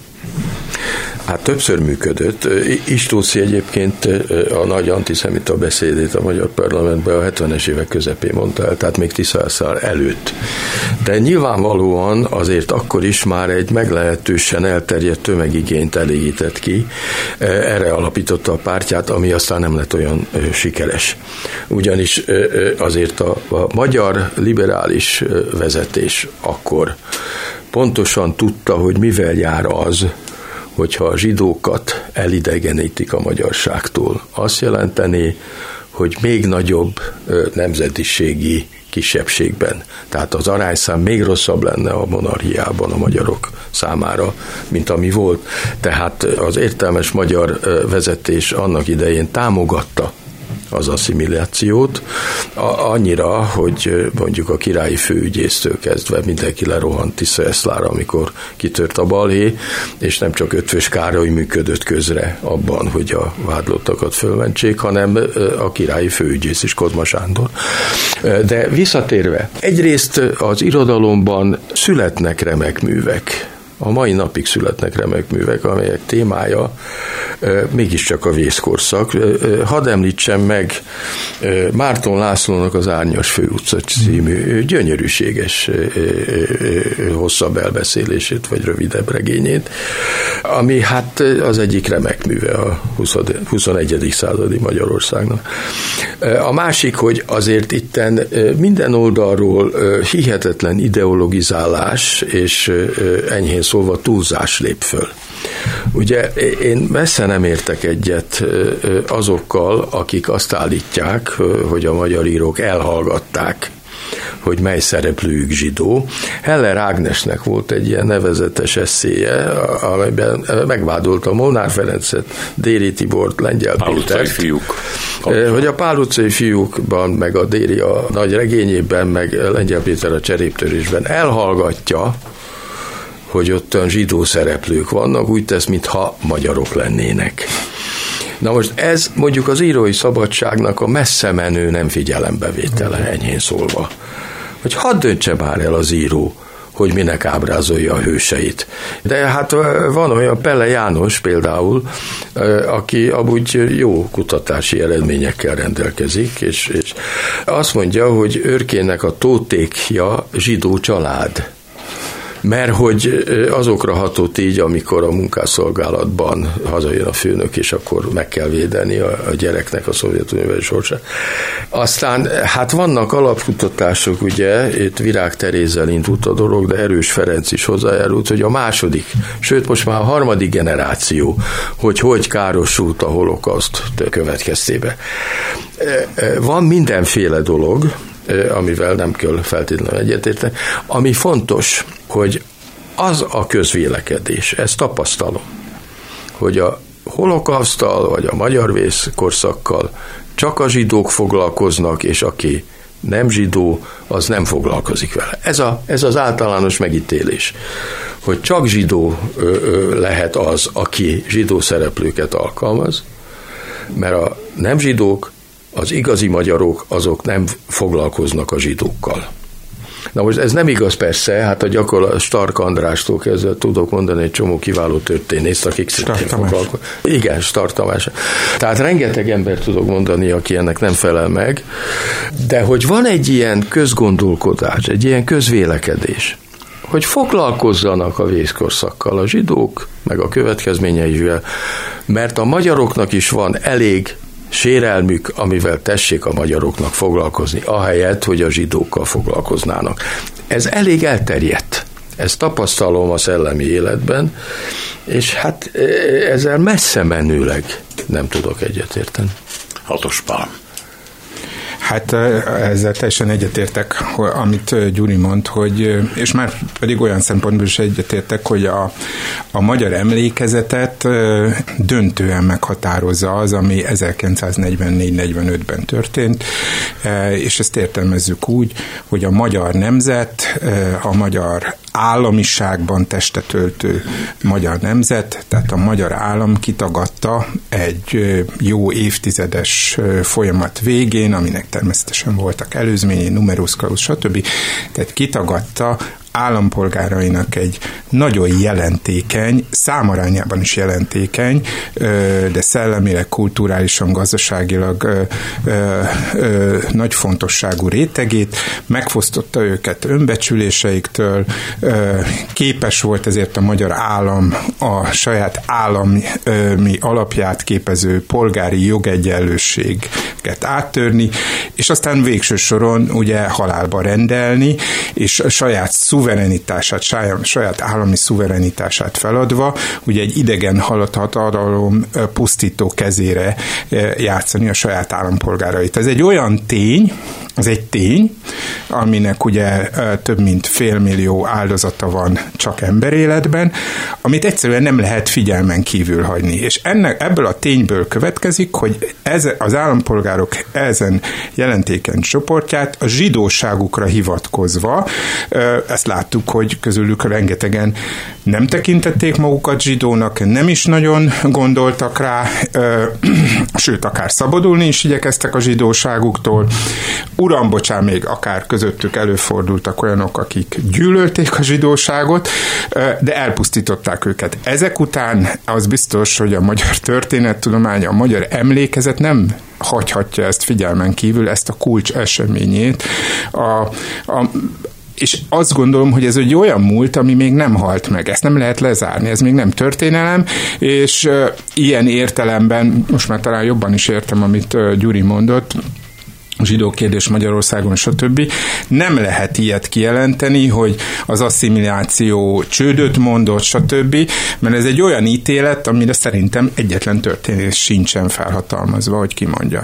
Hát többször működött. Istóczy egyébként a nagy antiszemita beszédét a magyar parlamentben a hetvenes évek közepén mondta el, tehát még Tiszaeszár előtt. De nyilvánvalóan azért akkor is már egy meglehetősen elterjedt tömegigényt elégített ki. Erre alapította a pártját, ami aztán nem lett olyan sikeres. Ugyanis azért a, a magyar liberális vezetés akkor pontosan tudta, hogy mivel jár az, hogyha a zsidókat elidegenítik a magyarságtól. Azt jelenteni, hogy még nagyobb nemzetiségi kisebbségben. Tehát az arányszám még rosszabb lenne a monarchiában a magyarok számára, mint ami volt. Tehát az értelmes magyar vezetés annak idején támogatta az asszimilációt, annyira, hogy mondjuk a királyi főügyésztől kezdve mindenki lerohant Tiszaeszlára, amikor kitört a balhé, és nem csak Ötvös Károly működött közre abban, hogy a vádlottakat fölmentsék, hanem a királyi főügyész is, Kozma Sándor. De visszatérve, egyrészt az irodalomban születnek remek művek, a mai napig születnek remek művek, amelyek témája e, mégiscsak a vészkorszak. E, hadd említsem meg e, Márton Lászlónak az Árnyas főutca című gyönyörűséges e, e, hosszabb elbeszélését, vagy rövidebb regényét, ami hát az egyik remek műve a huszonegyedik századi Magyarországnak. E, a másik, hogy azért itten minden oldalról hihetetlen ideologizálás és enyhén szóval túlzás lép föl. Ugye én messze nem értek egyet azokkal, akik azt állítják, hogy a magyar írók elhallgatták, hogy mely szereplőjük zsidó. Heller Ágnesnek volt egy ilyen nevezetes eszéje, amelyben megvádolta Molnár Ferencet, Déri Tibort, Lengyel Pétert, hogy a Pál utcai fiúkban, meg a Déri a nagy regényében, meg Lengyel Péter a Cseréptörésben elhallgatja, hogy ott olyan zsidó szereplők vannak, úgy tesz, mintha magyarok lennének. Na most ez mondjuk az írói szabadságnak a messze menő nem figyelembevétele, enyhén szólva. Hogy hadd döntse már el az író, hogy minek ábrázolja a hőseit. De hát van olyan Pelle János például, aki amúgy jó kutatási eredményekkel rendelkezik, és, és azt mondja, hogy Őrkének a tótékja zsidó család. Mert hogy azokra hatott így, amikor a munkásszolgálatban hazajön a főnök, és akkor meg kell védeni a, a gyereknek a Szovjetunióbeli sorsát. Aztán hát vannak alapkutatások, ugye, itt Virág Terézzel indult a dolog, de Erős Ferenc is hozzájárult, hogy a második, sőt most már a harmadik generáció, hogy hogy károsult a holokauszt következtében. Van mindenféle dolog, amivel nem kell feltétlenül egyetérteni. Ami fontos, hogy az a közvélekedés, ezt tapasztalom, hogy a holokauszttal vagy a magyar vészkorszakkal csak a zsidók foglalkoznak, és aki nem zsidó, az nem foglalkozik vele. Ez, a, ez az általános megítélés, hogy csak zsidó ö, ö, lehet az, aki zsidó szereplőket alkalmaz, mert a nem zsidók, az igazi magyarok, azok nem foglalkoznak a zsidókkal. Na most ez nem igaz persze, hát a gyakorlat Stark Andrástól kezdve tudok mondani egy csomó kiváló történészt, akik szintén foglalkoznak. Igen, Stark Tamás. Tehát rengeteg ember tudok mondani, aki ennek nem felel meg, de hogy van egy ilyen közgondolkodás, egy ilyen közvélekedés, hogy foglalkozzanak a vészkorszakkal a zsidók, meg a következményeivel, mert a magyaroknak is van elég sérelmük, amivel tessék a magyaroknak foglalkozni, ahelyett, hogy a zsidókkal foglalkoznának. Ez elég elterjedt. Ezt tapasztalom a szellemi életben, és hát ezzel messze menőleg nem tudok egyetérteni. Hatos Pál. Hát ezzel teljesen egyetértek, amit Gyuri mond, hogy, és már pedig olyan szempontból is egyetértek, hogy a, a magyar emlékezetet döntően meghatározza az, ami ezerkilencszáznegyvennégy negyvenötben történt, és ezt értelmezzük úgy, hogy a magyar nemzet, a magyar államiságban testet öltő magyar nemzet, tehát a magyar állam kitagadta egy jó évtizedes folyamat végén, aminek természetesen voltak előzményei, numerus clausus, stb. Tehát kitagadta állampolgárainak egy nagyon jelentékeny, számarányában is jelentékeny, de szellemileg, kulturálisan, gazdaságilag nagy fontosságú rétegét, megfosztotta őket önbecsüléseiktől, képes volt ezért a magyar állam a saját állami alapját képező polgári jogegyenlőséget áttörni, és aztán végső soron ugye halálba rendelni, és a saját szuverenitását, saját állami szuverenitását feladva, ugye egy idegen hatalom pusztító kezére játszani a saját állampolgárait. Ez egy olyan tény, ez egy tény, aminek ugye több mint félmillió áldozata van csak emberéletben, amit egyszerűen nem lehet figyelmen kívül hagyni. És ennek, ebből a tényből következik, hogy ez, az állampolgárok ezen jelentékeny csoportját a zsidóságukra hivatkozva, ezt láttuk, hogy közülük rengetegen nem tekintették magukat zsidónak, nem is nagyon gondoltak rá, sőt, akár szabadulni is igyekeztek a zsidóságuktól. Uram, bocsán, még akár közöttük előfordultak olyanok, akik gyűlölték a zsidóságot, de elpusztították őket. Ezek után az biztos, hogy a magyar történettudomány, a magyar emlékezet nem hagyhatja ezt figyelmen kívül, ezt a kulcs eseményét. A, a És azt gondolom, hogy ez egy olyan múlt, ami még nem halt meg. Ezt nem lehet lezárni, ez még nem történelem, és uh, ilyen értelemben, most már talán jobban is értem, amit uh, Gyuri mondott, zsidó kérdés Magyarországon, stb. Nem lehet ilyet kijelenteni, hogy az asszimiláció csődöt mondott, stb., mert ez egy olyan ítélet, amire szerintem egyetlen történész sincsen felhatalmazva, hogy kimondja.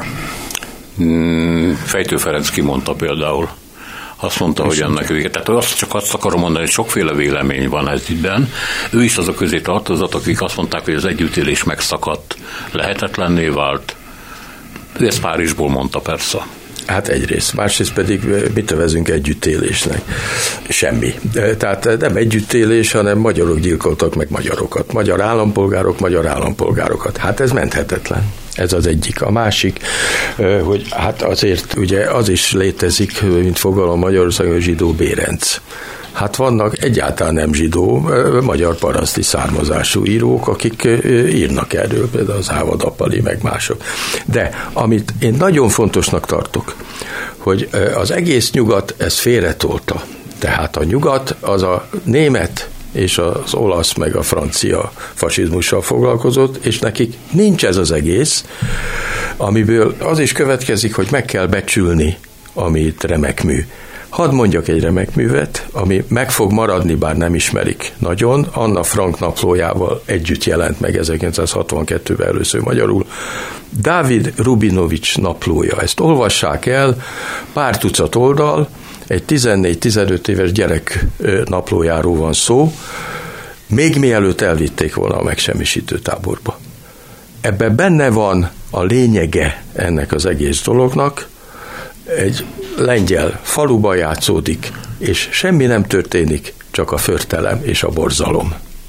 Hmm, Fejtő Ferenc kimondta például. Azt mondta, és hogy ennek vége. Tehát azt csak azt akarom mondani, hogy sokféle vélemény van ez ügyben. Ő is azok közé tartozott, akik azt mondták, hogy az együttélés megszakadt, lehetetlenné vált. Ő ezt Párizsból mondta persze. Hát egyrészt, másrészt pedig mit nevezünk együttélésnek? Semmi. Tehát nem együttélés, hanem magyarok gyilkoltak meg magyarokat. Magyar állampolgárok, magyar állampolgárokat. Hát ez menthetetlen. Ez az egyik. A másik, hogy hát azért ugye az is létezik, mint fogalom Magyarországon, zsidó bérenc. Hát vannak egyáltalán nem zsidó, magyar paraszti származású írók, akik írnak erről, például az Ávad Appali, meg mások. De amit én nagyon fontosnak tartok, hogy az egész nyugat ezt félretolta. Tehát a nyugat az a német és az olasz meg a francia fasizmussal foglalkozott, és nekik nincs ez az egész, amiből az is következik, hogy meg kell becsülni, amit remek mű. Hadd mondjak egy remek művet, ami meg fog maradni, bár nem ismerik nagyon. Anna Frank naplójával együtt jelent meg ezerkilencszázhatvankettőben először magyarul. Dávid Rubinovics naplója. Ezt olvassák el, pár tucat oldal, egy tizennégy-tizenöt éves gyerek naplójáról van szó, még mielőtt elvitték volna a megsemmisítő táborba. Ebben benne van a lényege ennek az egész dolognak, egy lengyel faluban játszódik, és semmi nem történik, csak a förtelem és a borzalom.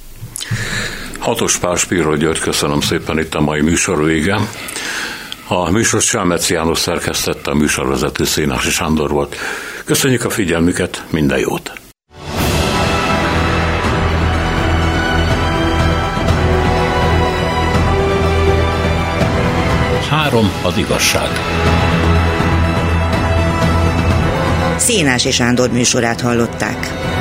Hatos Pál Spiro György, köszönöm szépen, itt a mai műsor vége. A műsor Selmeczi János szerkesztette, a műsorvezető Szénási Sándor volt. Köszönjük a figyelmüket, minden jót! Három az igazság. Szénási Sándor műsorát hallották.